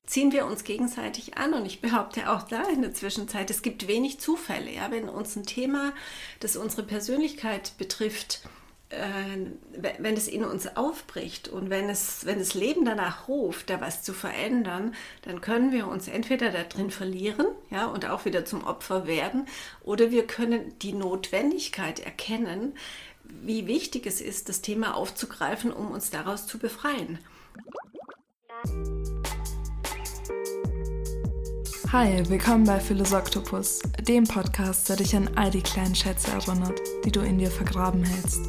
ziehen wir uns gegenseitig an. Und ich behaupte auch da in der Zwischenzeit, es gibt wenig Zufälle. Ja? Wenn uns ein Thema, das unsere Persönlichkeit betrifft, wenn es in uns aufbricht und wenn das Leben danach ruft, da was zu verändern, dann können wir uns entweder da drin verlieren, ja, und auch wieder zum Opfer werden, oder wir können die Notwendigkeit erkennen, wie wichtig es ist, das Thema aufzugreifen, um uns daraus zu befreien. Hi, willkommen bei Philosoktopus, dem Podcast, der dich an all die kleinen Schätze erinnert, die du in dir vergraben hältst.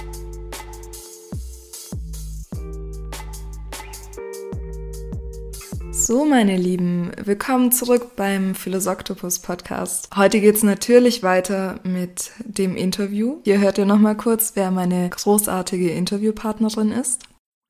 So, meine Lieben, willkommen zurück beim Philosoktopus Podcast. Heute geht's natürlich weiter mit dem Interview. Hier hört ihr nochmal kurz, wer meine großartige Interviewpartnerin ist.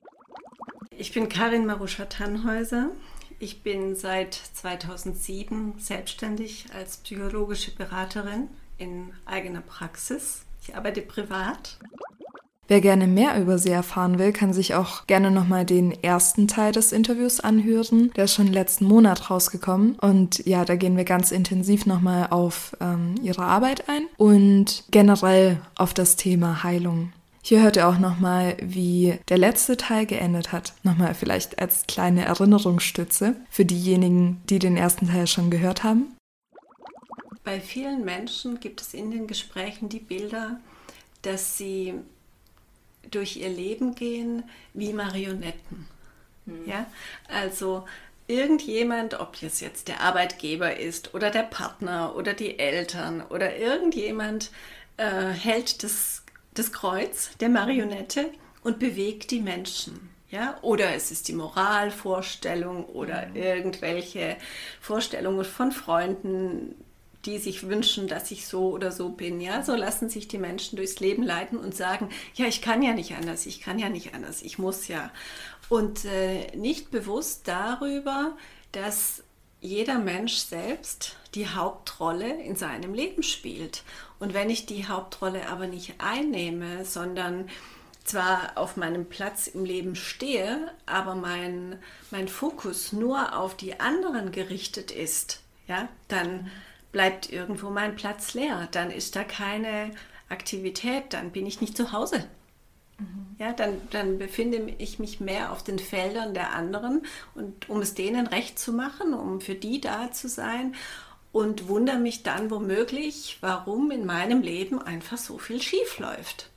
Ich bin Karin Maruscha-Tannhäuser. Ich bin seit 2007 selbstständig als psychologische Beraterin in eigener Praxis. Ich arbeite privat. Wer gerne mehr über sie erfahren will, kann sich auch gerne nochmal den ersten Teil des Interviews anhören. Der ist schon letzten Monat rausgekommen. Und ja, da gehen wir ganz intensiv nochmal auf ihre Arbeit ein und generell auf das Thema Heilung. Hier hört ihr auch nochmal, wie der letzte Teil geendet hat. Nochmal vielleicht als kleine Erinnerungsstütze für diejenigen, die den ersten Teil schon gehört haben. Bei vielen Menschen gibt es in den Gesprächen die Bilder, dass sie durch ihr Leben gehen wie Marionetten. Ja? Also irgendjemand, ob es jetzt der Arbeitgeber ist oder der Partner oder die Eltern oder irgendjemand hält das Kreuz der Marionette und bewegt die Menschen. Ja? Oder es ist die Moralvorstellung oder irgendwelche Vorstellungen von Freunden, die sich wünschen, dass ich so oder so bin. Ja? So lassen sich die Menschen durchs Leben leiten und sagen, ja, ich kann ja nicht anders, ich muss ja. Und nicht bewusst darüber, dass jeder Mensch selbst die Hauptrolle in seinem Leben spielt. Und wenn ich die Hauptrolle aber nicht einnehme, sondern zwar auf meinem Platz im Leben stehe, aber mein Fokus nur auf die anderen gerichtet ist, ja, dann bleibt irgendwo mein Platz leer. Dann ist da keine Aktivität, dann bin ich nicht zu Hause. Ja, dann befinde ich mich mehr auf den Feldern der anderen, und um es denen recht zu machen, um für die da zu sein, und wundere mich dann womöglich, warum in meinem Leben einfach so viel schief läuft.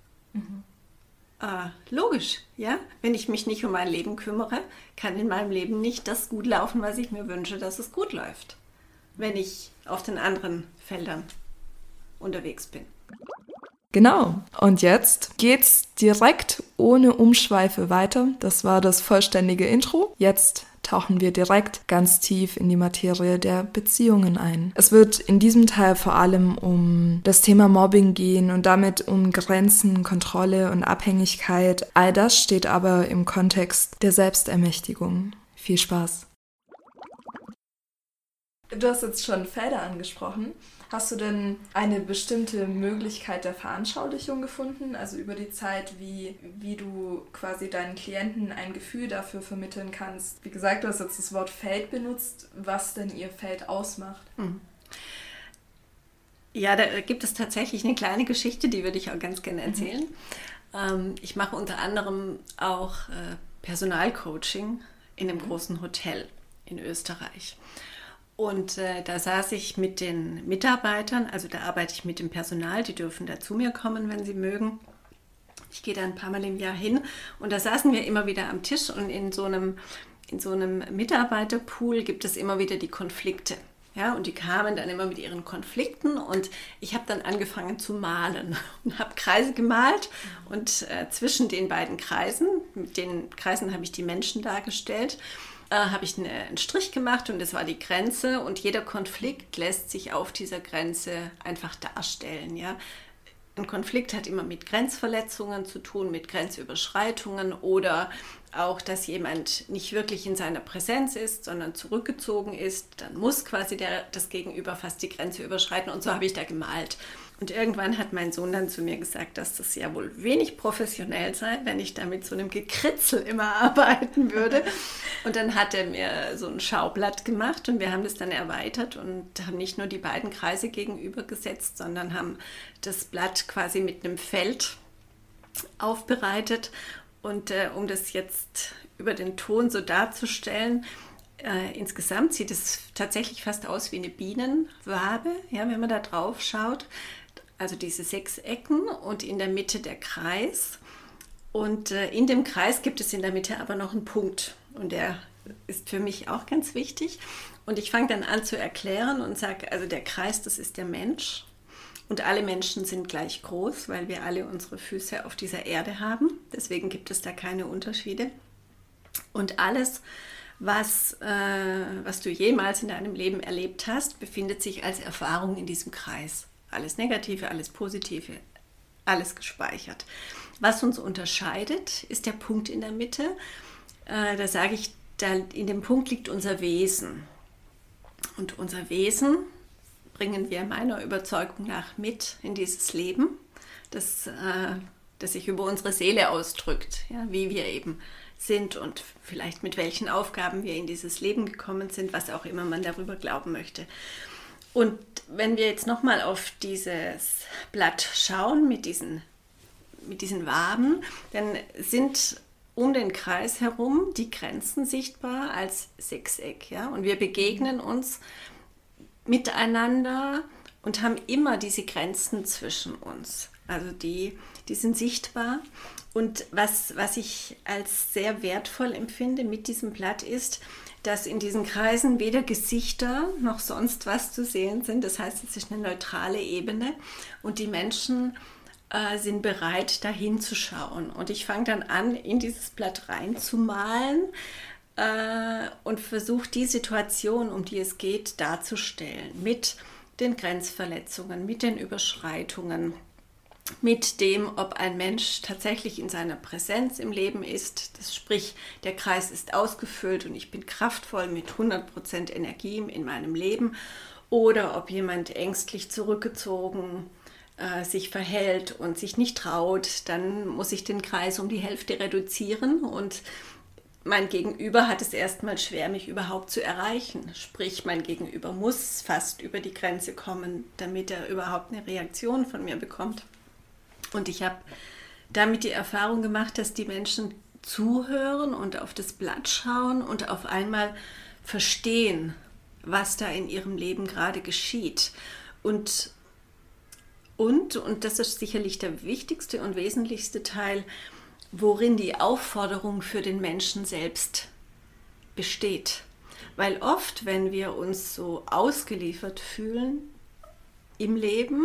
Logisch, ja? Wenn ich mich nicht um mein Leben kümmere, kann in meinem Leben nicht das gut laufen, was ich mir wünsche, dass es gut läuft, wenn ich auf den anderen Feldern unterwegs bin. Genau, und jetzt geht's direkt ohne Umschweife weiter. Das war das vollständige Intro. Jetzt tauchen wir direkt ganz tief in die Materie der Beziehungen ein. Es wird in diesem Teil vor allem um das Thema Mobbing gehen und damit um Grenzen, Kontrolle und Abhängigkeit. All das steht aber im Kontext der Selbstermächtigung. Viel Spaß! Du hast jetzt schon Felder angesprochen. Hast du denn eine bestimmte Möglichkeit der Veranschaulichung gefunden? Also über die Zeit, wie du quasi deinen Klienten ein Gefühl dafür vermitteln kannst? Wie gesagt, du hast jetzt das Wort Feld benutzt, was denn ihr Feld ausmacht. Ja, da gibt es tatsächlich eine kleine Geschichte, die würde ich auch ganz gerne erzählen. Ich mache unter anderem auch Personalcoaching in einem großen Hotel in Österreich. Und da saß ich mit den Mitarbeitern, also da arbeite ich mit dem Personal, die dürfen da zu mir kommen, wenn sie mögen. Ich gehe da ein paar Mal im Jahr hin, und da saßen wir immer wieder am Tisch, und in so einem Mitarbeiterpool gibt es immer wieder die Konflikte. Ja, und die kamen dann immer mit ihren Konflikten, und ich habe dann angefangen zu malen und habe Kreise gemalt, und zwischen den beiden Kreisen, mit den Kreisen habe ich die Menschen dargestellt, habe ich einen Strich gemacht, und das war die Grenze, und jeder Konflikt lässt sich auf dieser Grenze einfach darstellen. Ja? Ein Konflikt hat immer mit Grenzverletzungen zu tun, mit Grenzüberschreitungen, oder auch, dass jemand nicht wirklich in seiner Präsenz ist, sondern zurückgezogen ist. Dann muss quasi das Gegenüber fast die Grenze überschreiten, und so habe ich da gemalt. Und irgendwann hat mein Sohn dann zu mir gesagt, dass das ja wohl wenig professionell sei, wenn ich da mit so einem Gekritzel immer arbeiten würde. Und dann hat er mir so ein Schaublatt gemacht und wir haben das dann erweitert und haben nicht nur die beiden Kreise gegenübergesetzt, sondern haben das Blatt quasi mit einem Feld aufbereitet. Und um das jetzt über den Ton so darzustellen, insgesamt sieht es tatsächlich fast aus wie eine Bienenwabe, ja, wenn man da drauf schaut. Also diese 6 Ecken und in der Mitte der Kreis. Und in dem Kreis gibt es in der Mitte aber noch einen Punkt. Und der ist für mich auch ganz wichtig. Und ich fange dann an zu erklären und sage, also der Kreis, das ist der Mensch. Und alle Menschen sind gleich groß, weil wir alle unsere Füße auf dieser Erde haben. Deswegen gibt es da keine Unterschiede. Und alles, was du jemals in deinem Leben erlebt hast, befindet sich als Erfahrung in diesem Kreis. Alles Negative, alles Positive, alles gespeichert. Was uns unterscheidet, ist der Punkt in der Mitte. Da sage ich, in dem Punkt liegt unser Wesen. Und unser Wesen bringen wir meiner Überzeugung nach mit in dieses Leben, das sich über unsere Seele ausdrückt, ja, wie wir eben sind und vielleicht mit welchen Aufgaben wir in dieses Leben gekommen sind, was auch immer man darüber glauben möchte. Und wenn wir jetzt nochmal auf dieses Blatt schauen mit diesen Waben, dann sind um den Kreis herum die Grenzen sichtbar als Sechseck. Ja? Und wir begegnen uns miteinander und haben immer diese Grenzen zwischen uns. Also die sind sichtbar. Und was ich als sehr wertvoll empfinde mit diesem Blatt ist, dass in diesen Kreisen weder Gesichter noch sonst was zu sehen sind. Das heißt, es ist eine neutrale Ebene und die Menschen sind bereit, da hinzuschauen. Und ich fange dann an, in dieses Blatt reinzumalen und versuche die Situation, um die es geht, darzustellen. Mit den Grenzverletzungen, mit den Überschreitungen, mit dem, ob ein Mensch tatsächlich in seiner Präsenz im Leben ist. Das sprich, der Kreis ist ausgefüllt und ich bin kraftvoll mit 100% Energie in meinem Leben. Oder ob jemand ängstlich zurückgezogen sich verhält und sich nicht traut, dann muss ich den Kreis um die Hälfte reduzieren und mein Gegenüber hat es erstmal schwer, mich überhaupt zu erreichen. Sprich, mein Gegenüber muss fast über die Grenze kommen, damit er überhaupt eine Reaktion von mir bekommt. Und ich habe damit die Erfahrung gemacht, dass die Menschen zuhören und auf das Blatt schauen und auf einmal verstehen, was da in ihrem Leben gerade geschieht. Und das ist sicherlich der wichtigste und wesentlichste Teil, worin die Aufforderung für den Menschen selbst besteht. Weil oft, wenn wir uns so ausgeliefert fühlen im Leben,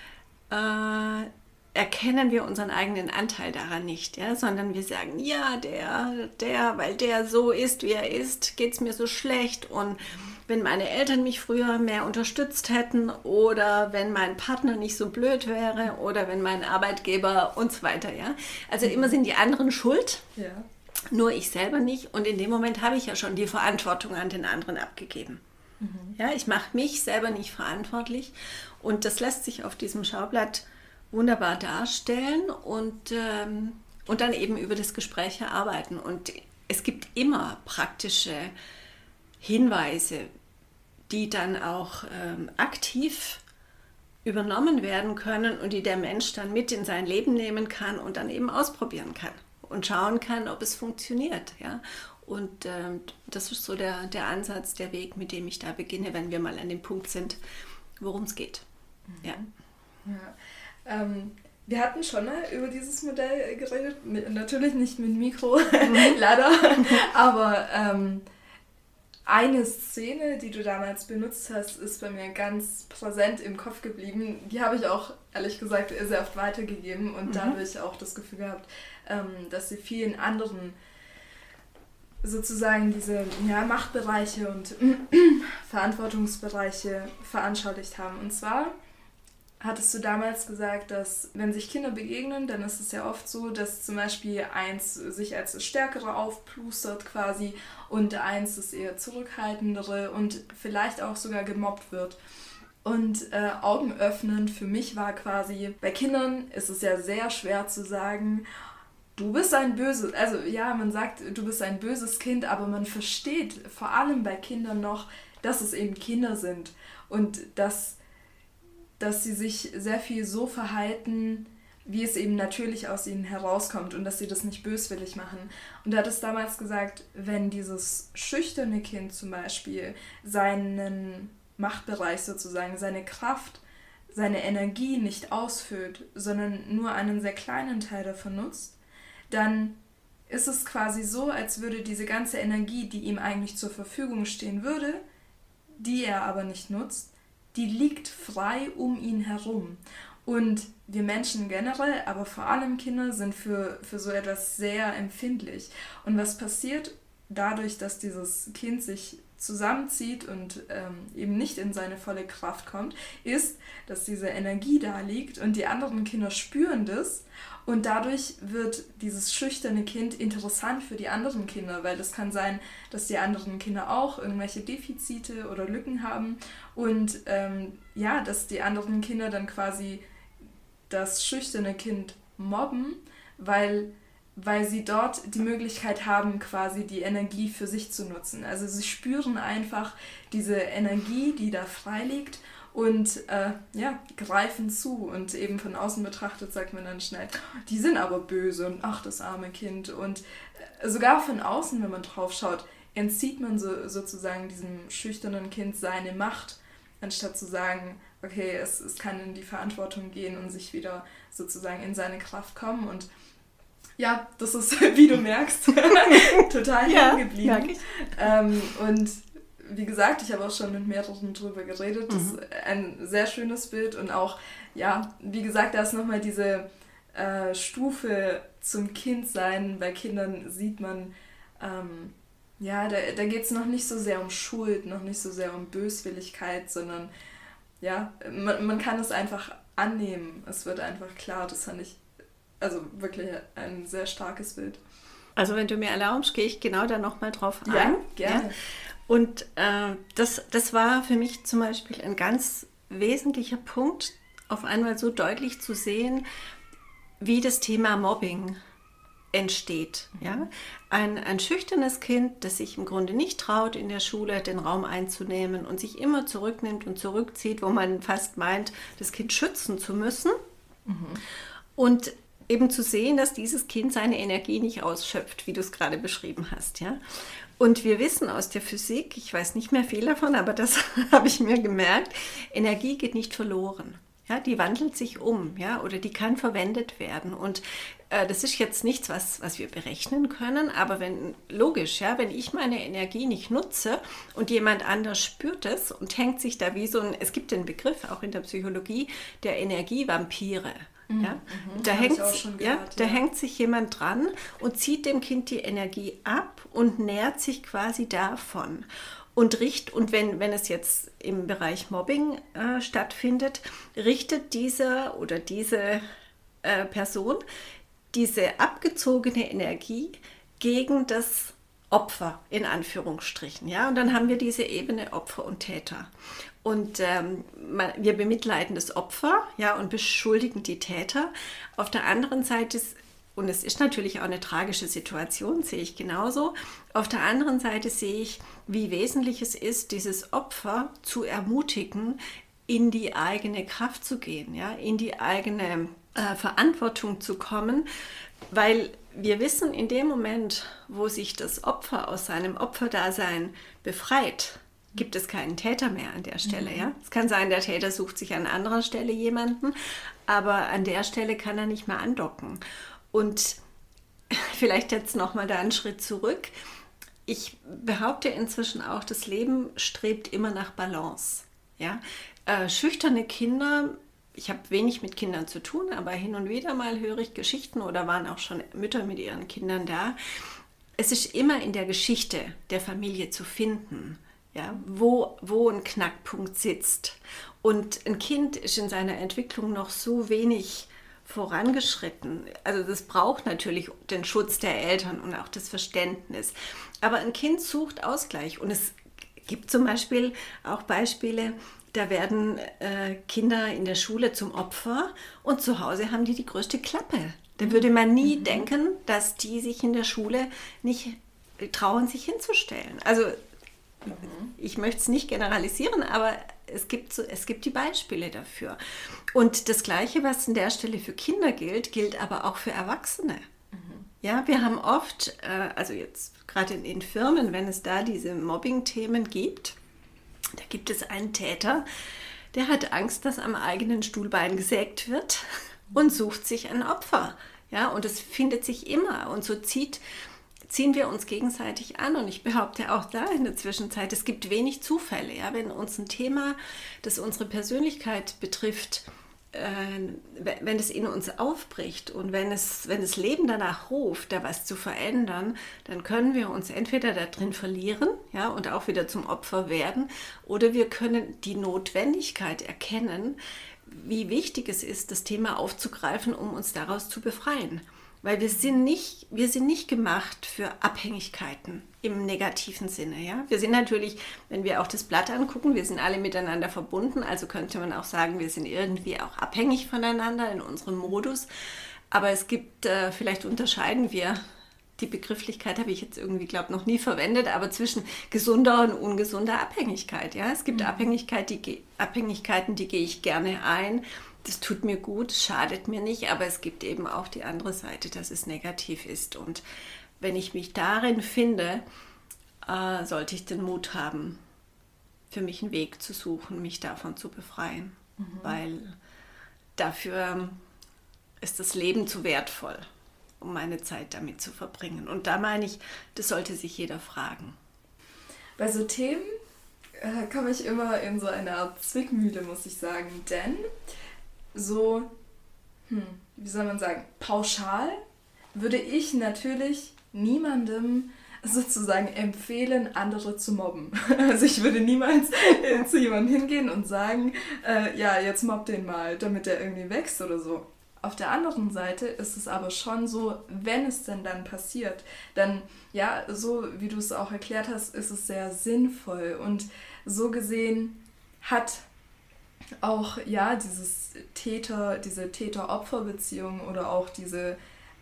erkennen wir unseren eigenen Anteil daran nicht, ja? Sondern wir sagen, ja, weil der so ist, wie er ist, geht es mir so schlecht und wenn meine Eltern mich früher mehr unterstützt hätten oder wenn mein Partner nicht so blöd wäre oder wenn mein Arbeitgeber und so weiter, ja. Also immer sind die anderen schuld, ja. Nur ich selber nicht und in dem Moment habe ich ja schon die Verantwortung an den anderen abgegeben. Mhm. Ja, ich mache mich selber nicht verantwortlich und das lässt sich auf diesem Schaublatt wunderbar darstellen und dann eben über das Gespräch erarbeiten. Und es gibt immer praktische Hinweise, die dann auch aktiv übernommen werden können und die der Mensch dann mit in sein Leben nehmen kann und dann eben ausprobieren kann und schauen kann, ob es funktioniert. Ja? Und das ist so der Ansatz, der Weg, mit dem ich da beginne, wenn wir mal an dem Punkt sind, worum es geht. Mhm. Ja. Ja. Wir hatten schon mal über dieses Modell geredet, natürlich nicht mit Mikro, leider, aber eine Szene, die du damals benutzt hast, ist bei mir ganz präsent im Kopf geblieben. Die habe ich auch, ehrlich gesagt, sehr oft weitergegeben und dadurch auch das Gefühl gehabt, dass sie vielen anderen sozusagen diese Machtbereiche und Verantwortungsbereiche veranschaulicht haben. Und zwar hattest du damals gesagt, dass wenn sich Kinder begegnen, dann ist es ja oft so, dass zum Beispiel eins sich als das Stärkere aufplustert quasi und eins das eher Zurückhaltendere und vielleicht auch sogar gemobbt wird. Und augenöffnend für mich war quasi, bei Kindern ist es ja sehr schwer zu sagen, du bist ein böses, also ja, man sagt, du bist ein böses Kind, aber man versteht vor allem bei Kindern noch, dass es eben Kinder sind und dass sie sich sehr viel so verhalten, wie es eben natürlich aus ihnen herauskommt und dass sie das nicht böswillig machen. Und er hat es damals gesagt, wenn dieses schüchterne Kind zum Beispiel seinen Machtbereich sozusagen, seine Kraft, seine Energie nicht ausfüllt, sondern nur einen sehr kleinen Teil davon nutzt, dann ist es quasi so, als würde diese ganze Energie, die ihm eigentlich zur Verfügung stehen würde, die er aber nicht nutzt, die liegt frei um ihn herum. Und wir Menschen generell, aber vor allem Kinder, sind für so etwas sehr empfindlich. Und was passiert dadurch, dass dieses Kind sich zusammenzieht und eben nicht in seine volle Kraft kommt, ist, dass diese Energie da liegt und die anderen Kinder spüren das und dadurch wird dieses schüchterne Kind interessant für die anderen Kinder, weil das kann sein, dass die anderen Kinder auch irgendwelche Defizite oder Lücken haben und dass die anderen Kinder dann quasi das schüchterne Kind mobben, weil sie dort die Möglichkeit haben, quasi die Energie für sich zu nutzen. Also sie spüren einfach diese Energie, die da frei liegt und greifen zu. Und eben von außen betrachtet sagt man dann schnell, die sind aber böse und ach, das arme Kind. Und sogar von außen, wenn man drauf schaut, entzieht man sozusagen diesem schüchternen Kind seine Macht, anstatt zu sagen, okay, es kann in die Verantwortung gehen und sich wieder sozusagen in seine Kraft kommen. Und ja, das ist, wie du merkst, total hängen geblieben. Und wie gesagt, ich habe auch schon mit mehreren drüber geredet. Das ist ein sehr schönes Bild und auch, ja, wie gesagt, da ist nochmal diese Stufe zum Kindsein. Bei Kindern sieht man, da geht es noch nicht so sehr um Schuld, noch nicht so sehr um Böswilligkeit, sondern ja, man kann es einfach annehmen. Es wird einfach klar, das fand ich also wirklich ein sehr starkes Bild. Also wenn du mir erlaubst, gehe ich genau da nochmal drauf ein. Ja, gerne. Ja? Und das war für mich zum Beispiel ein ganz wesentlicher Punkt, auf einmal so deutlich zu sehen, wie das Thema Mobbing entsteht. Ja? Ein schüchternes Kind, das sich im Grunde nicht traut, in der Schule den Raum einzunehmen und sich immer zurücknimmt und zurückzieht, wo man fast meint, das Kind schützen zu müssen. Und eben zu sehen, dass dieses Kind seine Energie nicht ausschöpft, wie du es gerade beschrieben hast. Ja? Und wir wissen aus der Physik, ich weiß nicht mehr viel davon, aber das habe ich mir gemerkt, Energie geht nicht verloren. Ja? Die wandelt sich um, ja? Oder die kann verwendet werden. Und das ist jetzt nichts, was wir berechnen können, aber logisch, ja, wenn ich meine Energie nicht nutze und jemand anders spürt es und hängt sich da wie es gibt den Begriff auch in der Psychologie der Energievampire. Ja? Da hängt sich jemand dran und zieht dem Kind die Energie ab und nährt sich quasi davon. Und wenn es jetzt im Bereich Mobbing stattfindet, richtet dieser oder diese Person diese abgezogene Energie gegen das Opfer, in Anführungsstrichen. Ja? Und dann haben wir diese Ebene Opfer und Täter. Und wir bemitleiden das Opfer, ja, und beschuldigen die Täter. Auf der anderen Seite und es ist natürlich auch eine tragische Situation, sehe ich genauso. Auf der anderen Seite sehe ich, wie wesentlich es ist, dieses Opfer zu ermutigen, in die eigene Kraft zu gehen, ja, in die eigene Verantwortung zu kommen, weil wir wissen, in dem Moment, wo sich das Opfer aus seinem Opferdasein befreit, gibt es keinen Täter mehr an der Stelle. Ja? Es kann sein, der Täter sucht sich an anderer Stelle jemanden, aber an der Stelle kann er nicht mehr andocken. Und vielleicht jetzt nochmal da einen Schritt zurück. Ich behaupte inzwischen auch, das Leben strebt immer nach Balance. Ja? Schüchterne Kinder, ich habe wenig mit Kindern zu tun, aber hin und wieder mal höre ich Geschichten oder waren auch schon Mütter mit ihren Kindern da. Es ist immer in der Geschichte der Familie zu finden, ja, wo ein Knackpunkt sitzt. Und ein Kind ist in seiner Entwicklung noch so wenig vorangeschritten. Also das braucht natürlich den Schutz der Eltern und auch das Verständnis. Aber ein Kind sucht Ausgleich. Und es gibt zum Beispiel auch Beispiele, da werden Kinder in der Schule zum Opfer und zu Hause haben die größte Klappe. Da würde man nie denken, dass die sich in der Schule nicht trauen, sich hinzustellen. Also ich möchte es nicht generalisieren, aber es gibt die Beispiele dafür. Und das Gleiche, was an der Stelle für Kinder gilt aber auch für Erwachsene. Ja, wir haben oft, also jetzt gerade in Firmen, wenn es da diese Mobbing-Themen gibt, da gibt es einen Täter, der hat Angst, dass am eigenen Stuhlbein gesägt wird und sucht sich ein Opfer. Ja, und es findet sich immer. Und so ziehen wir uns gegenseitig an. Und ich behaupte auch da in der Zwischenzeit, es gibt wenig Zufälle. Ja? Wenn uns ein Thema, das unsere Persönlichkeit betrifft, wenn es in uns aufbricht und wenn das Leben danach ruft, da was zu verändern, dann können wir uns entweder da drin verlieren, ja, und auch wieder zum Opfer werden, oder wir können die Notwendigkeit erkennen, wie wichtig es ist, das Thema aufzugreifen, um uns daraus zu befreien. Weil wir sind nicht gemacht für Abhängigkeiten im negativen Sinne. Ja? Wir sind natürlich, wenn wir auch das Blatt angucken, wir sind alle miteinander verbunden, also könnte man auch sagen, wir sind irgendwie auch abhängig voneinander in unserem Modus. Aber es gibt, vielleicht unterscheiden wir, die Begrifflichkeit habe ich jetzt irgendwie, glaube ich, noch nie verwendet, aber zwischen gesunder und ungesunder Abhängigkeit. Ja? Es gibt Abhängigkeiten, die gehe ich gerne ein. Das tut mir gut, schadet mir nicht, aber es gibt eben auch die andere Seite, dass es negativ ist. Und wenn ich mich darin finde, sollte ich den Mut haben, für mich einen Weg zu suchen, mich davon zu befreien. Weil dafür ist das Leben zu wertvoll, um meine Zeit damit zu verbringen. Und da meine ich, das sollte sich jeder fragen. Bei so Themen komme ich immer in so eine Art Zwickmühle, muss ich sagen, denn so, wie soll man sagen, pauschal würde ich natürlich niemandem sozusagen empfehlen, andere zu mobben. Also ich würde niemals zu jemandem hingehen und sagen, ja, jetzt mobb den mal, damit der irgendwie wächst oder so. Auf der anderen Seite ist es aber schon so, wenn es denn dann passiert, dann, ja, so wie du es auch erklärt hast, ist es sehr sinnvoll und so gesehen hat auch, ja, diese Täter-Opfer-Beziehung oder auch dieses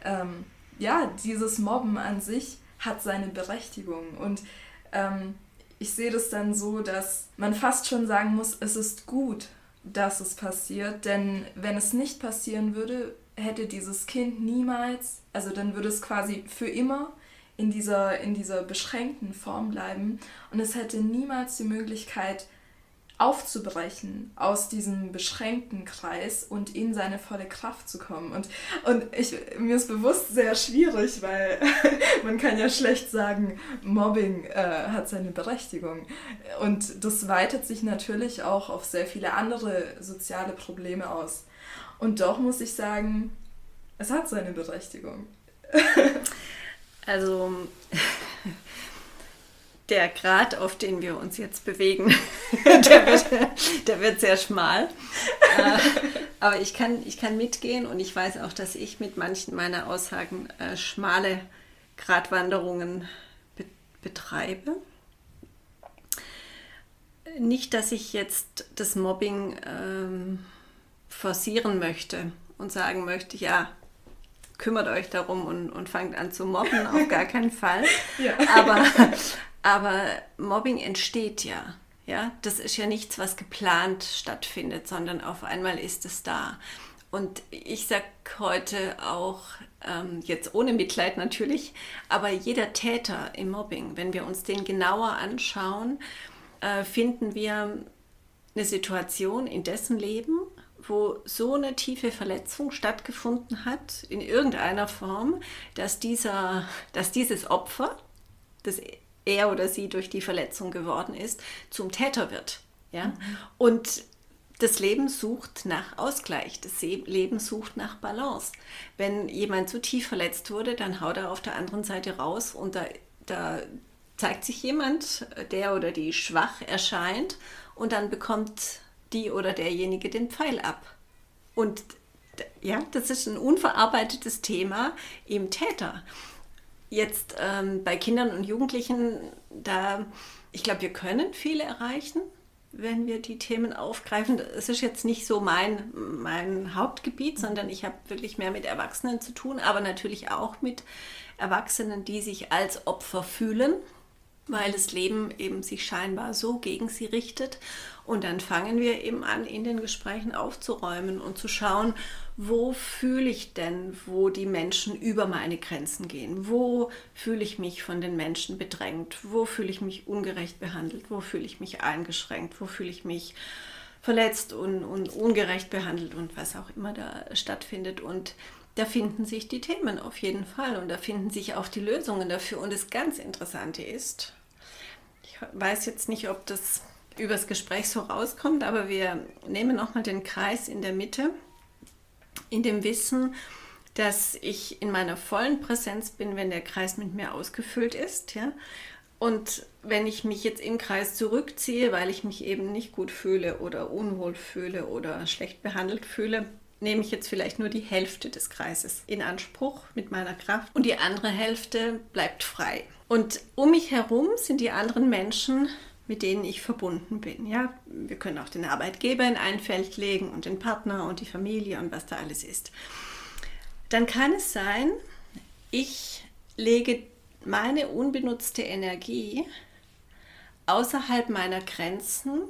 Mobben an sich hat seine Berechtigung. Und ich sehe das dann so, dass man fast schon sagen muss, es ist gut, dass es passiert, denn wenn es nicht passieren würde, hätte dieses Kind niemals, also dann würde es quasi für immer in dieser beschränkten Form bleiben und es hätte niemals die Möglichkeit, aufzubrechen aus diesem beschränkten Kreis und in seine volle Kraft zu kommen. Und mir ist bewusst sehr schwierig, weil man kann ja schlecht sagen, Mobbing hat seine Berechtigung. Und das weitet sich natürlich auch auf sehr viele andere soziale Probleme aus. Und doch muss ich sagen, es hat seine Berechtigung. Also der Grat, auf den wir uns jetzt bewegen, der wird sehr schmal. Aber ich kann mitgehen und ich weiß auch, dass ich mit manchen meiner Aussagen schmale Gratwanderungen betreibe. Nicht, dass ich jetzt das Mobbing forcieren möchte und sagen möchte, ja, kümmert euch darum und fangt an zu mobben, auf gar keinen Fall. Ja. Aber Mobbing entsteht ja. Ja. Das ist ja nichts, was geplant stattfindet, sondern auf einmal ist es da. Und ich sage heute auch, jetzt ohne Mitleid natürlich, aber jeder Täter im Mobbing, wenn wir uns den genauer anschauen, finden wir eine Situation in dessen Leben, wo so eine tiefe Verletzung stattgefunden hat, in irgendeiner Form, dass dieses Opfer, das er oder sie durch die Verletzung geworden ist, zum Täter wird. Ja? Und das Leben sucht nach Ausgleich, das Leben sucht nach Balance. Wenn jemand so tief verletzt wurde, dann haut er auf der anderen Seite raus und da zeigt sich jemand, der oder die schwach erscheint und dann bekommt die oder derjenige den Pfeil ab. Und ja, das ist ein unverarbeitetes Thema im Täter. Jetzt bei Kindern und Jugendlichen, ich glaube, wir können viel erreichen. wenn wir die Themen aufgreifen. Es ist jetzt nicht so mein Hauptgebiet, sondern ich habe wirklich mehr mit Erwachsenen zu tun, aber natürlich auch mit Erwachsenen, die sich als Opfer fühlen, weil das Leben eben sich scheinbar so gegen sie richtet. Und dann fangen wir eben an, in den Gesprächen aufzuräumen und zu schauen, wo fühle ich denn, wo die Menschen über meine Grenzen gehen? Wo fühle ich mich von den Menschen bedrängt? Wo fühle ich mich ungerecht behandelt? Wo fühle ich mich eingeschränkt? Wo fühle ich mich verletzt und ungerecht behandelt und was auch immer da stattfindet? Und da finden sich die Themen auf jeden Fall und da finden sich auch die Lösungen dafür. Und das ganz Interessante ist, ich weiß jetzt nicht, ob das übers Gespräch so rauskommt, aber wir nehmen nochmal den Kreis in der Mitte, in dem Wissen, dass ich in meiner vollen Präsenz bin, wenn der Kreis mit mir ausgefüllt ist. Ja? Und wenn ich mich jetzt im Kreis zurückziehe, weil ich mich eben nicht gut fühle oder unwohl fühle oder schlecht behandelt fühle, nehme ich jetzt vielleicht nur die Hälfte des Kreises in Anspruch mit meiner Kraft und die andere Hälfte bleibt frei. Und um mich herum sind die anderen Menschen, mit denen ich verbunden bin. Ja, wir können auch den Arbeitgeber in ein Feld legen und den Partner und die Familie und was da alles ist. Dann kann es sein, ich lege meine unbenutzte Energie außerhalb meiner Grenzen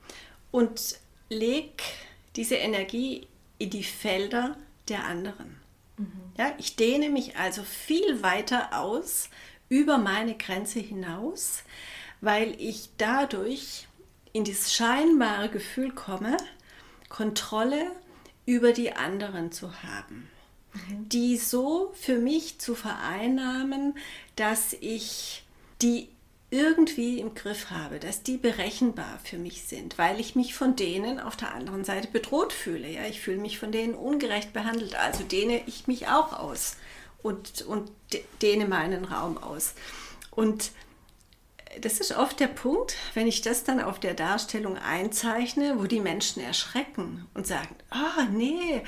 und lege diese Energie in die Felder der anderen. Ja, ich dehne mich also viel weiter aus über meine Grenze hinaus, weil ich dadurch in das scheinbare Gefühl komme, Kontrolle über die anderen zu haben, die so für mich zu vereinnahmen, dass ich die irgendwie im Griff habe, dass die berechenbar für mich sind, weil ich mich von denen auf der anderen Seite bedroht fühle. Ja? Ich fühle mich von denen ungerecht behandelt, also dehne ich mich auch aus und dehne meinen Raum aus. Und das ist oft der Punkt, wenn ich das dann auf der Darstellung einzeichne, wo die Menschen erschrecken und sagen, nee,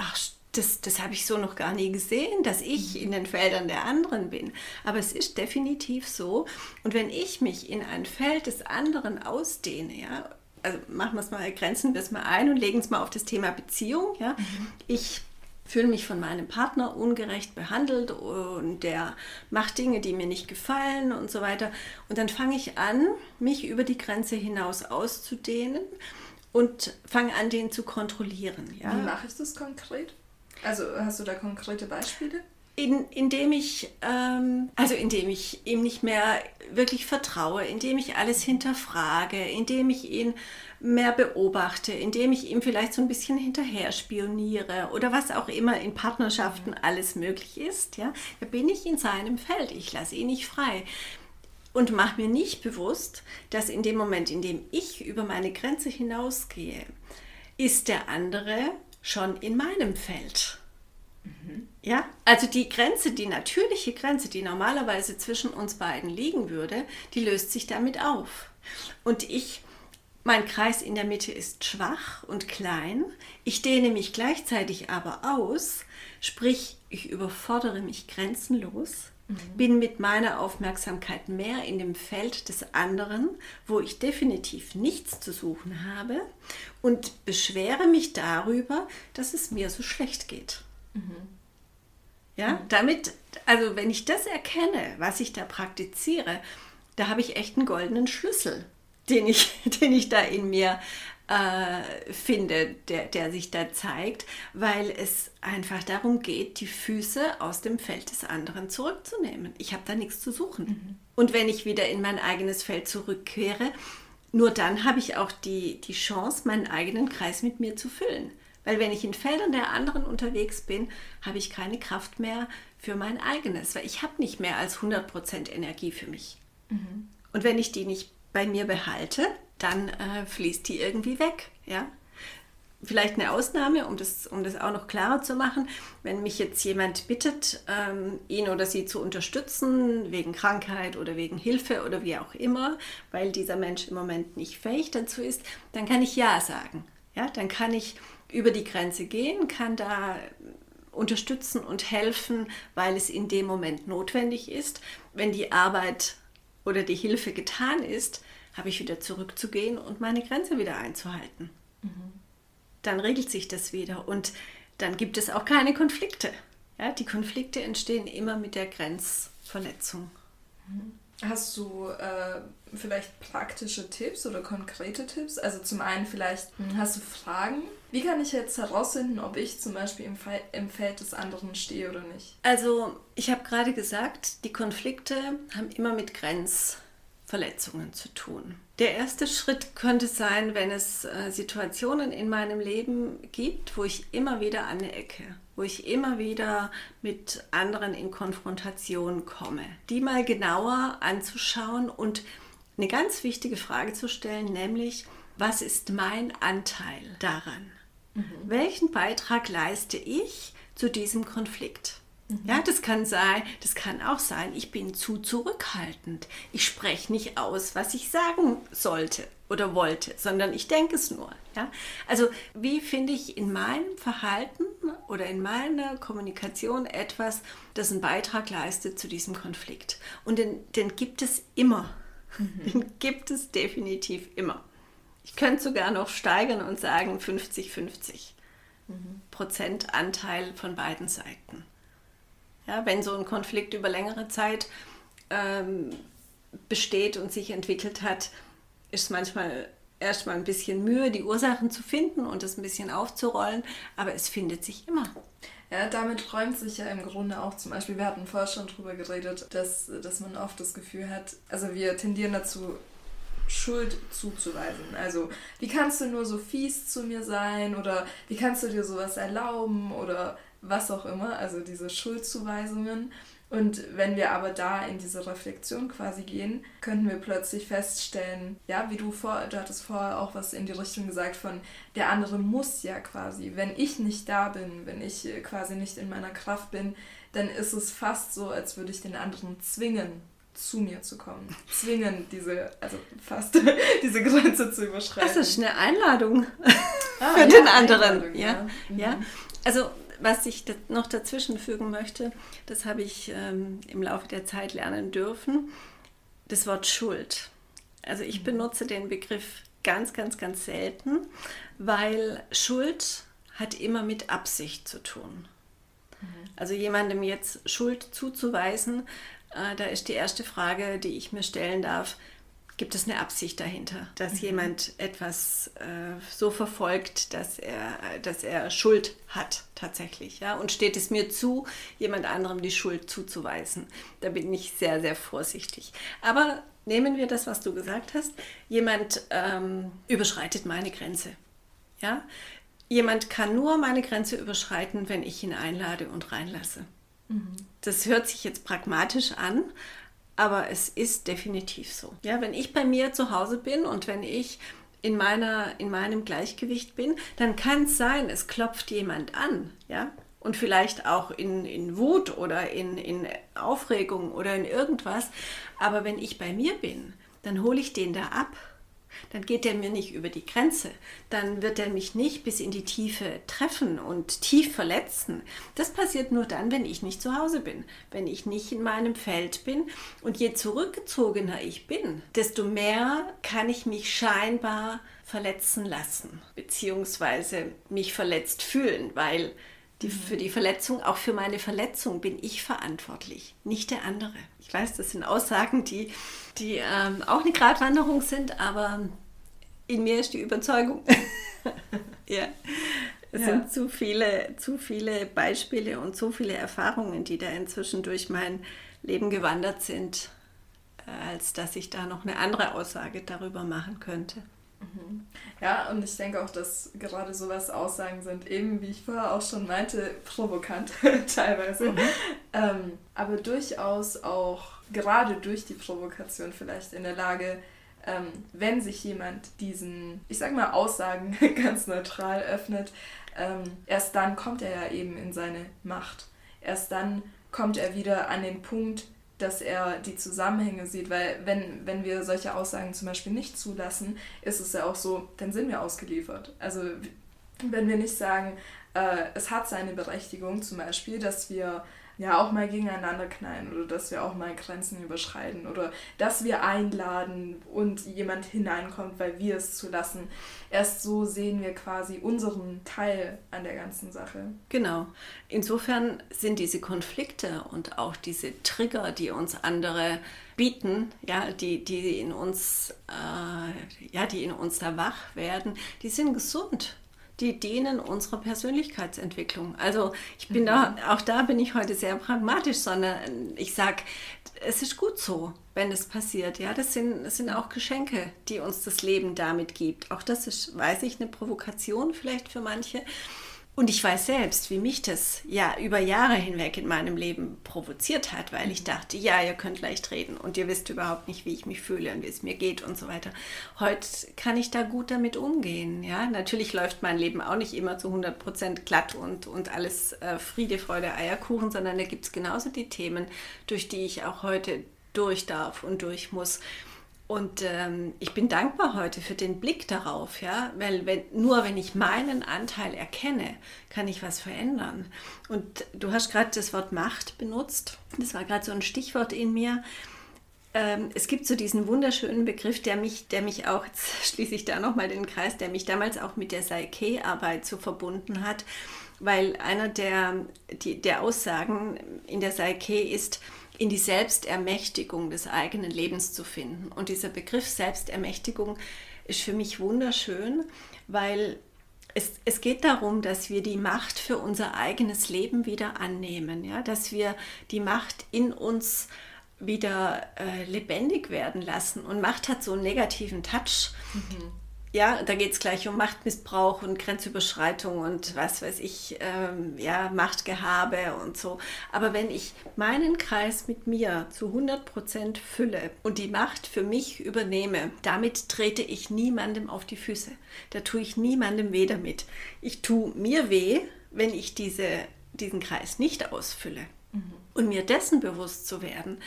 das habe ich so noch gar nie gesehen, dass ich in den Feldern der anderen bin. Aber es ist definitiv so. Und wenn ich mich in ein Feld des anderen ausdehne, ja, also machen wir es mal, grenzen wir es mal ein und legen es mal auf das Thema Beziehung. Ja. Ich fühle mich von meinem Partner ungerecht behandelt und der macht Dinge, die mir nicht gefallen und so weiter. Und dann fange ich an, mich über die Grenze hinaus auszudehnen und fange an, den zu kontrollieren. Ja. Wie mache ich das konkret? Also hast du da konkrete Beispiele? Indem ich ihm nicht mehr wirklich vertraue, indem ich alles hinterfrage, indem ich ihn mehr beobachte, indem ich ihm vielleicht so ein bisschen hinterher spioniere oder was auch immer in Partnerschaften alles möglich ist. Ja? Da bin ich in seinem Feld, ich lasse ihn nicht frei und mache mir nicht bewusst, dass in dem Moment, in dem ich über meine Grenze hinausgehe, ist der andere schon in meinem Feld. Ja, also die Grenze, die natürliche Grenze, die normalerweise zwischen uns beiden liegen würde, die löst sich damit auf. Und mein Kreis in der Mitte ist schwach und klein, ich dehne mich gleichzeitig aber aus, sprich, ich überfordere mich grenzenlos, bin mit meiner Aufmerksamkeit mehr in dem Feld des anderen, wo ich definitiv nichts zu suchen habe und beschwere mich darüber, dass es mir so schlecht geht. Ja, damit, also wenn ich das erkenne, was ich da praktiziere, da habe ich echt einen goldenen Schlüssel, den ich da in mir finde, der sich da zeigt, weil es einfach darum geht, die Füße aus dem Feld des anderen zurückzunehmen. Ich habe da nichts zu suchen. Und wenn ich wieder in mein eigenes Feld zurückkehre, nur dann habe ich auch die Chance, meinen eigenen Kreis mit mir zu füllen. Weil wenn ich in Feldern der anderen unterwegs bin, habe ich keine Kraft mehr für mein eigenes, weil ich habe nicht mehr als 100% Energie für mich. Und wenn ich die nicht bei mir behalte, dann fließt die irgendwie weg. Ja? Vielleicht eine Ausnahme, um das auch noch klarer zu machen. Wenn mich jetzt jemand bittet, ihn oder sie zu unterstützen, wegen Krankheit oder wegen Hilfe oder wie auch immer, weil dieser Mensch im Moment nicht fähig dazu ist, dann kann ich Ja sagen. Ja? Dann kann ich über die Grenze gehen, kann da unterstützen und helfen, weil es in dem Moment notwendig ist. Wenn die Arbeit oder die Hilfe getan ist, habe ich wieder zurückzugehen und meine Grenze wieder einzuhalten. Dann regelt sich das wieder und dann gibt es auch keine Konflikte. Ja, die Konflikte entstehen immer mit der Grenzverletzung. Hast du vielleicht praktische Tipps oder konkrete Tipps? Also zum einen vielleicht hast du Fragen. Wie kann ich jetzt herausfinden, ob ich zum Beispiel im Feld des anderen stehe oder nicht? Also ich habe gerade gesagt, die Konflikte haben immer mit Grenzverletzungen zu tun. Der erste Schritt könnte sein, wenn es Situationen in meinem Leben gibt, wo ich immer wieder anecke, wo ich immer wieder mit anderen in Konfrontation komme, die mal genauer anzuschauen und eine ganz wichtige Frage zu stellen, nämlich, was ist mein Anteil daran? Welchen Beitrag leiste ich zu diesem Konflikt? Ja, das kann auch sein, ich bin zu zurückhaltend. Ich spreche nicht aus, was ich sagen sollte oder wollte, sondern ich denke es nur. Ja? Also wie finde ich in meinem Verhalten oder in meiner Kommunikation etwas, das einen Beitrag leistet zu diesem Konflikt? Und den gibt es immer. Den gibt es definitiv immer. Ich könnte sogar noch steigern und sagen 50-50 Prozent Anteil von beiden Seiten. Ja, wenn so ein Konflikt über längere Zeit besteht und sich entwickelt hat, ist es manchmal erstmal ein bisschen Mühe, die Ursachen zu finden und das ein bisschen aufzurollen, aber es findet sich immer. Ja, damit räumt sich ja im Grunde auch zum Beispiel, wir hatten vorher schon drüber geredet, dass man oft das Gefühl hat, also wir tendieren dazu, Schuld zuzuweisen. Also, wie kannst du nur so fies zu mir sein oder wie kannst du dir sowas erlauben oder was auch immer, also diese Schuldzuweisungen. Und wenn wir aber da in diese Reflexion quasi gehen, könnten wir plötzlich feststellen, ja, wie du hattest vorher auch was in die Richtung gesagt von, der andere muss ja quasi, wenn ich nicht da bin, wenn ich quasi nicht in meiner Kraft bin, dann ist es fast so, als würde ich den anderen zwingen, zu mir zu kommen. Zwingen, diese Grenze zu überschreiten. Das ist eine Einladung für den anderen. Ja. Also was ich noch dazwischen fügen möchte, das habe ich im Laufe der Zeit lernen dürfen, das Wort Schuld. Also ich benutze den Begriff ganz, ganz, ganz selten, weil Schuld hat immer mit Absicht zu tun. Also jemandem jetzt Schuld zuzuweisen, da ist die erste Frage, die ich mir stellen darf, gibt es eine Absicht dahinter, dass jemand etwas so verfolgt, dass er Schuld hat tatsächlich, ja? Und steht es mir zu, jemand anderem die Schuld zuzuweisen? Da bin ich sehr, sehr vorsichtig. Aber nehmen wir das, was du gesagt hast. Jemand überschreitet meine Grenze. Ja? Jemand kann nur meine Grenze überschreiten, wenn ich ihn einlade und reinlasse. Das hört sich jetzt pragmatisch an, aber es ist definitiv so. Ja, wenn ich bei mir zu Hause bin und wenn ich in meinem Gleichgewicht bin, dann kann es sein, es klopft jemand an, ja, und vielleicht auch in Wut oder in Aufregung oder in irgendwas. Aber wenn ich bei mir bin, dann hole ich den da ab. Dann geht der mir nicht über die Grenze. Dann wird er mich nicht bis in die Tiefe treffen und tief verletzen. Das passiert nur dann, wenn ich nicht zu Hause bin, wenn ich nicht in meinem Feld bin. Und je zurückgezogener ich bin, desto mehr kann ich mich scheinbar verletzen lassen, beziehungsweise mich verletzt fühlen, weil für die Verletzung, auch für meine Verletzung bin ich verantwortlich, nicht der andere. Ich weiß, das sind Aussagen, die auch eine Gratwanderung sind, aber in mir ist die Überzeugung. Ja. Es sind zu viele Beispiele und so viele Erfahrungen, die da inzwischen durch mein Leben gewandert sind, als dass ich da noch eine andere Aussage darüber machen könnte. Ja, und ich denke auch, dass gerade sowas Aussagen sind, eben wie ich vorher auch schon meinte, provokant teilweise. Aber durchaus auch gerade durch die Provokation vielleicht in der Lage, wenn sich jemand diesen, ich sag mal, Aussagen ganz neutral öffnet, erst dann kommt er ja eben in seine Macht. Erst dann kommt er wieder an den Punkt, dass er die Zusammenhänge sieht, weil wenn wir solche Aussagen zum Beispiel nicht zulassen, ist es ja auch so, dann sind wir ausgeliefert. Also wenn wir nicht sagen, es hat seine Berechtigung zum Beispiel, dass wir ja auch mal gegeneinander knallen oder dass wir auch mal Grenzen überschreiten oder dass wir einladen und jemand hineinkommt, weil wir es zulassen. Erst so sehen wir quasi unseren Teil an der ganzen Sache. Genau. Insofern sind diese Konflikte und auch diese Trigger, die uns andere bieten, ja, die in uns da wach werden, die sind gesund. Die dienen unserer Persönlichkeitsentwicklung. Also ich bin da bin ich heute sehr pragmatisch, sondern ich sage, es ist gut so, wenn es passiert. Ja, das sind auch Geschenke, die uns das Leben damit gibt. Auch das ist, weiß ich, eine Provokation vielleicht für manche. Und ich weiß selbst, wie mich das ja über Jahre hinweg in meinem Leben provoziert hat, weil ich dachte, ja, ihr könnt leicht reden und ihr wisst überhaupt nicht, wie ich mich fühle und wie es mir geht und so weiter. Heute kann ich da gut damit umgehen. Ja? Natürlich läuft mein Leben auch nicht immer zu 100% glatt und alles Friede, Freude, Eierkuchen, sondern da gibt es genauso die Themen, durch die ich auch heute durch darf und durch muss. Und ich bin dankbar heute für den Blick darauf, ja, weil wenn ich meinen Anteil erkenne, kann ich was verändern. Und du hast gerade das Wort Macht benutzt. Das war gerade so ein Stichwort in mir. Es gibt so diesen wunderschönen Begriff, der mich auch, jetzt schließe ich da nochmal den Kreis, der mich damals auch mit der Psyche-Arbeit so verbunden hat, weil einer der Aussagen in der Psyche ist, in die Selbstermächtigung des eigenen Lebens zu finden. Und dieser Begriff Selbstermächtigung ist für mich wunderschön, weil es geht darum, dass wir die Macht für unser eigenes Leben wieder annehmen, ja? Dass wir die Macht in uns wieder lebendig werden lassen. Und Macht hat so einen negativen Touch. Mhm. Ja, da geht es gleich um Machtmissbrauch und Grenzüberschreitung und was weiß ich, Machtgehabe und so. Aber wenn ich meinen Kreis mit mir zu 100% fülle und die Macht für mich übernehme, damit trete ich niemandem auf die Füße. Da tue ich niemandem weh damit. Ich tue mir weh, wenn ich diesen Kreis nicht ausfülle. Mhm. Und mir dessen bewusst zu werden,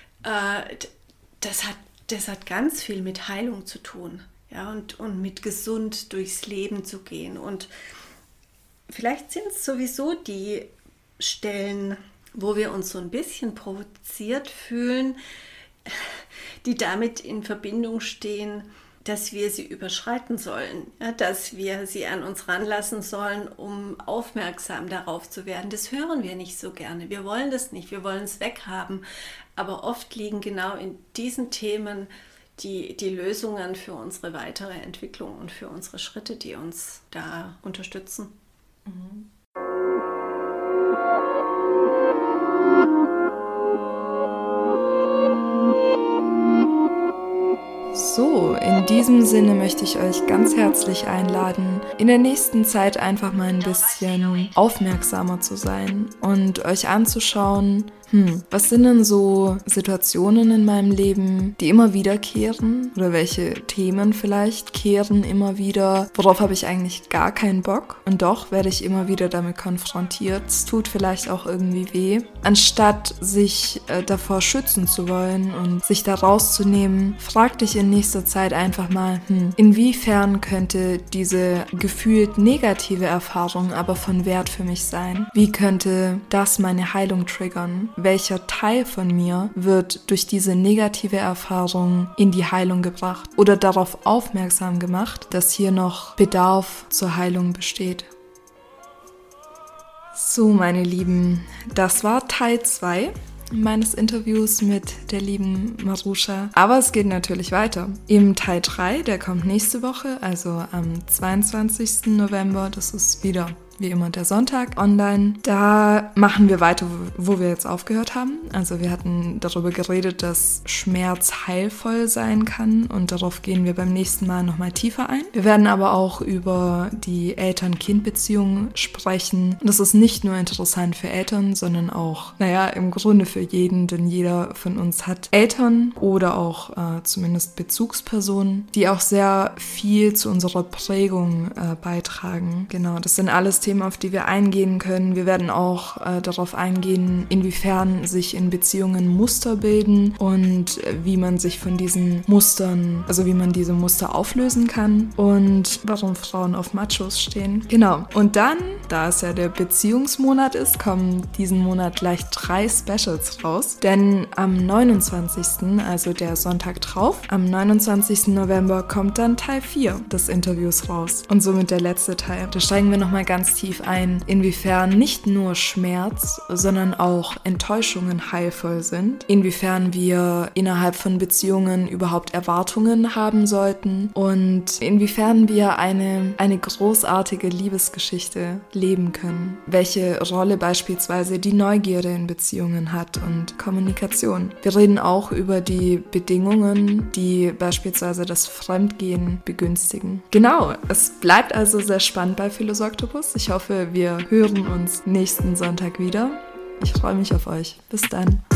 das hat ganz viel mit Heilung zu tun. Ja, und mit gesund durchs Leben zu gehen. Und vielleicht sind es sowieso die Stellen, wo wir uns so ein bisschen provoziert fühlen, die damit in Verbindung stehen, dass wir sie überschreiten sollen, ja, dass wir sie an uns ranlassen sollen, um aufmerksam darauf zu werden. Das hören wir nicht so gerne. Wir wollen das nicht, wir wollen es weghaben. Aber oft liegen genau in diesen Themen die Lösungen für unsere weitere Entwicklung und für unsere Schritte, die uns da unterstützen. Mhm. So, in diesem Sinne möchte ich euch ganz herzlich einladen, in der nächsten Zeit einfach mal ein bisschen aufmerksamer zu sein und euch anzuschauen, was sind denn so Situationen in meinem Leben, die immer wiederkehren? Oder welche Themen vielleicht kehren immer wieder? Worauf habe ich eigentlich gar keinen Bock? Und doch werde ich immer wieder damit konfrontiert. Es tut vielleicht auch irgendwie weh. Anstatt sich davor schützen zu wollen und sich da rauszunehmen, frag dich in nächster Zeit einfach mal, inwiefern könnte diese gefühlt negative Erfahrung aber von Wert für mich sein? Wie könnte das meine Heilung triggern? Welcher Teil von mir wird durch diese negative Erfahrung in die Heilung gebracht oder darauf aufmerksam gemacht, dass hier noch Bedarf zur Heilung besteht? So, meine Lieben, das war Teil 2 meines Interviews mit der lieben Marusha. Aber es geht natürlich weiter. Im Teil 3, der kommt nächste Woche, also am 22. November, das ist wieder wie immer der Sonntag online. Da machen wir weiter, wo wir jetzt aufgehört haben. Also wir hatten darüber geredet, dass Schmerz heilvoll sein kann und darauf gehen wir beim nächsten Mal nochmal tiefer ein. Wir werden aber auch über die Eltern-Kind-Beziehung sprechen. Und das ist nicht nur interessant für Eltern, sondern auch, im Grunde für jeden, denn jeder von uns hat Eltern oder auch zumindest Bezugspersonen, die auch sehr viel zu unserer Prägung beitragen. Genau, das sind alles Themen, Themen, auf die wir eingehen können. Wir werden auch darauf eingehen, inwiefern sich in Beziehungen Muster bilden und wie man sich von diesen Mustern, also wie man diese Muster auflösen kann und warum Frauen auf Machos stehen. Genau. Und dann, da es ja der Beziehungsmonat ist, kommen diesen Monat gleich 3 Specials raus. Denn am 29., also der Sonntag drauf, am 29. November kommt dann Teil 4 des Interviews raus. Und somit der letzte Teil. Da steigen wir nochmal ganz tief ein, inwiefern nicht nur Schmerz, sondern auch Enttäuschungen heilvoll sind. Inwiefern wir innerhalb von Beziehungen überhaupt Erwartungen haben sollten und inwiefern wir eine großartige Liebesgeschichte leben können. Welche Rolle beispielsweise die Neugierde in Beziehungen hat und Kommunikation. Wir reden auch über die Bedingungen, die beispielsweise das Fremdgehen begünstigen. Genau, es bleibt also sehr spannend bei Philosoktopus. Ich hoffe, wir hören uns nächsten Sonntag wieder. Ich freue mich auf euch. Bis dann.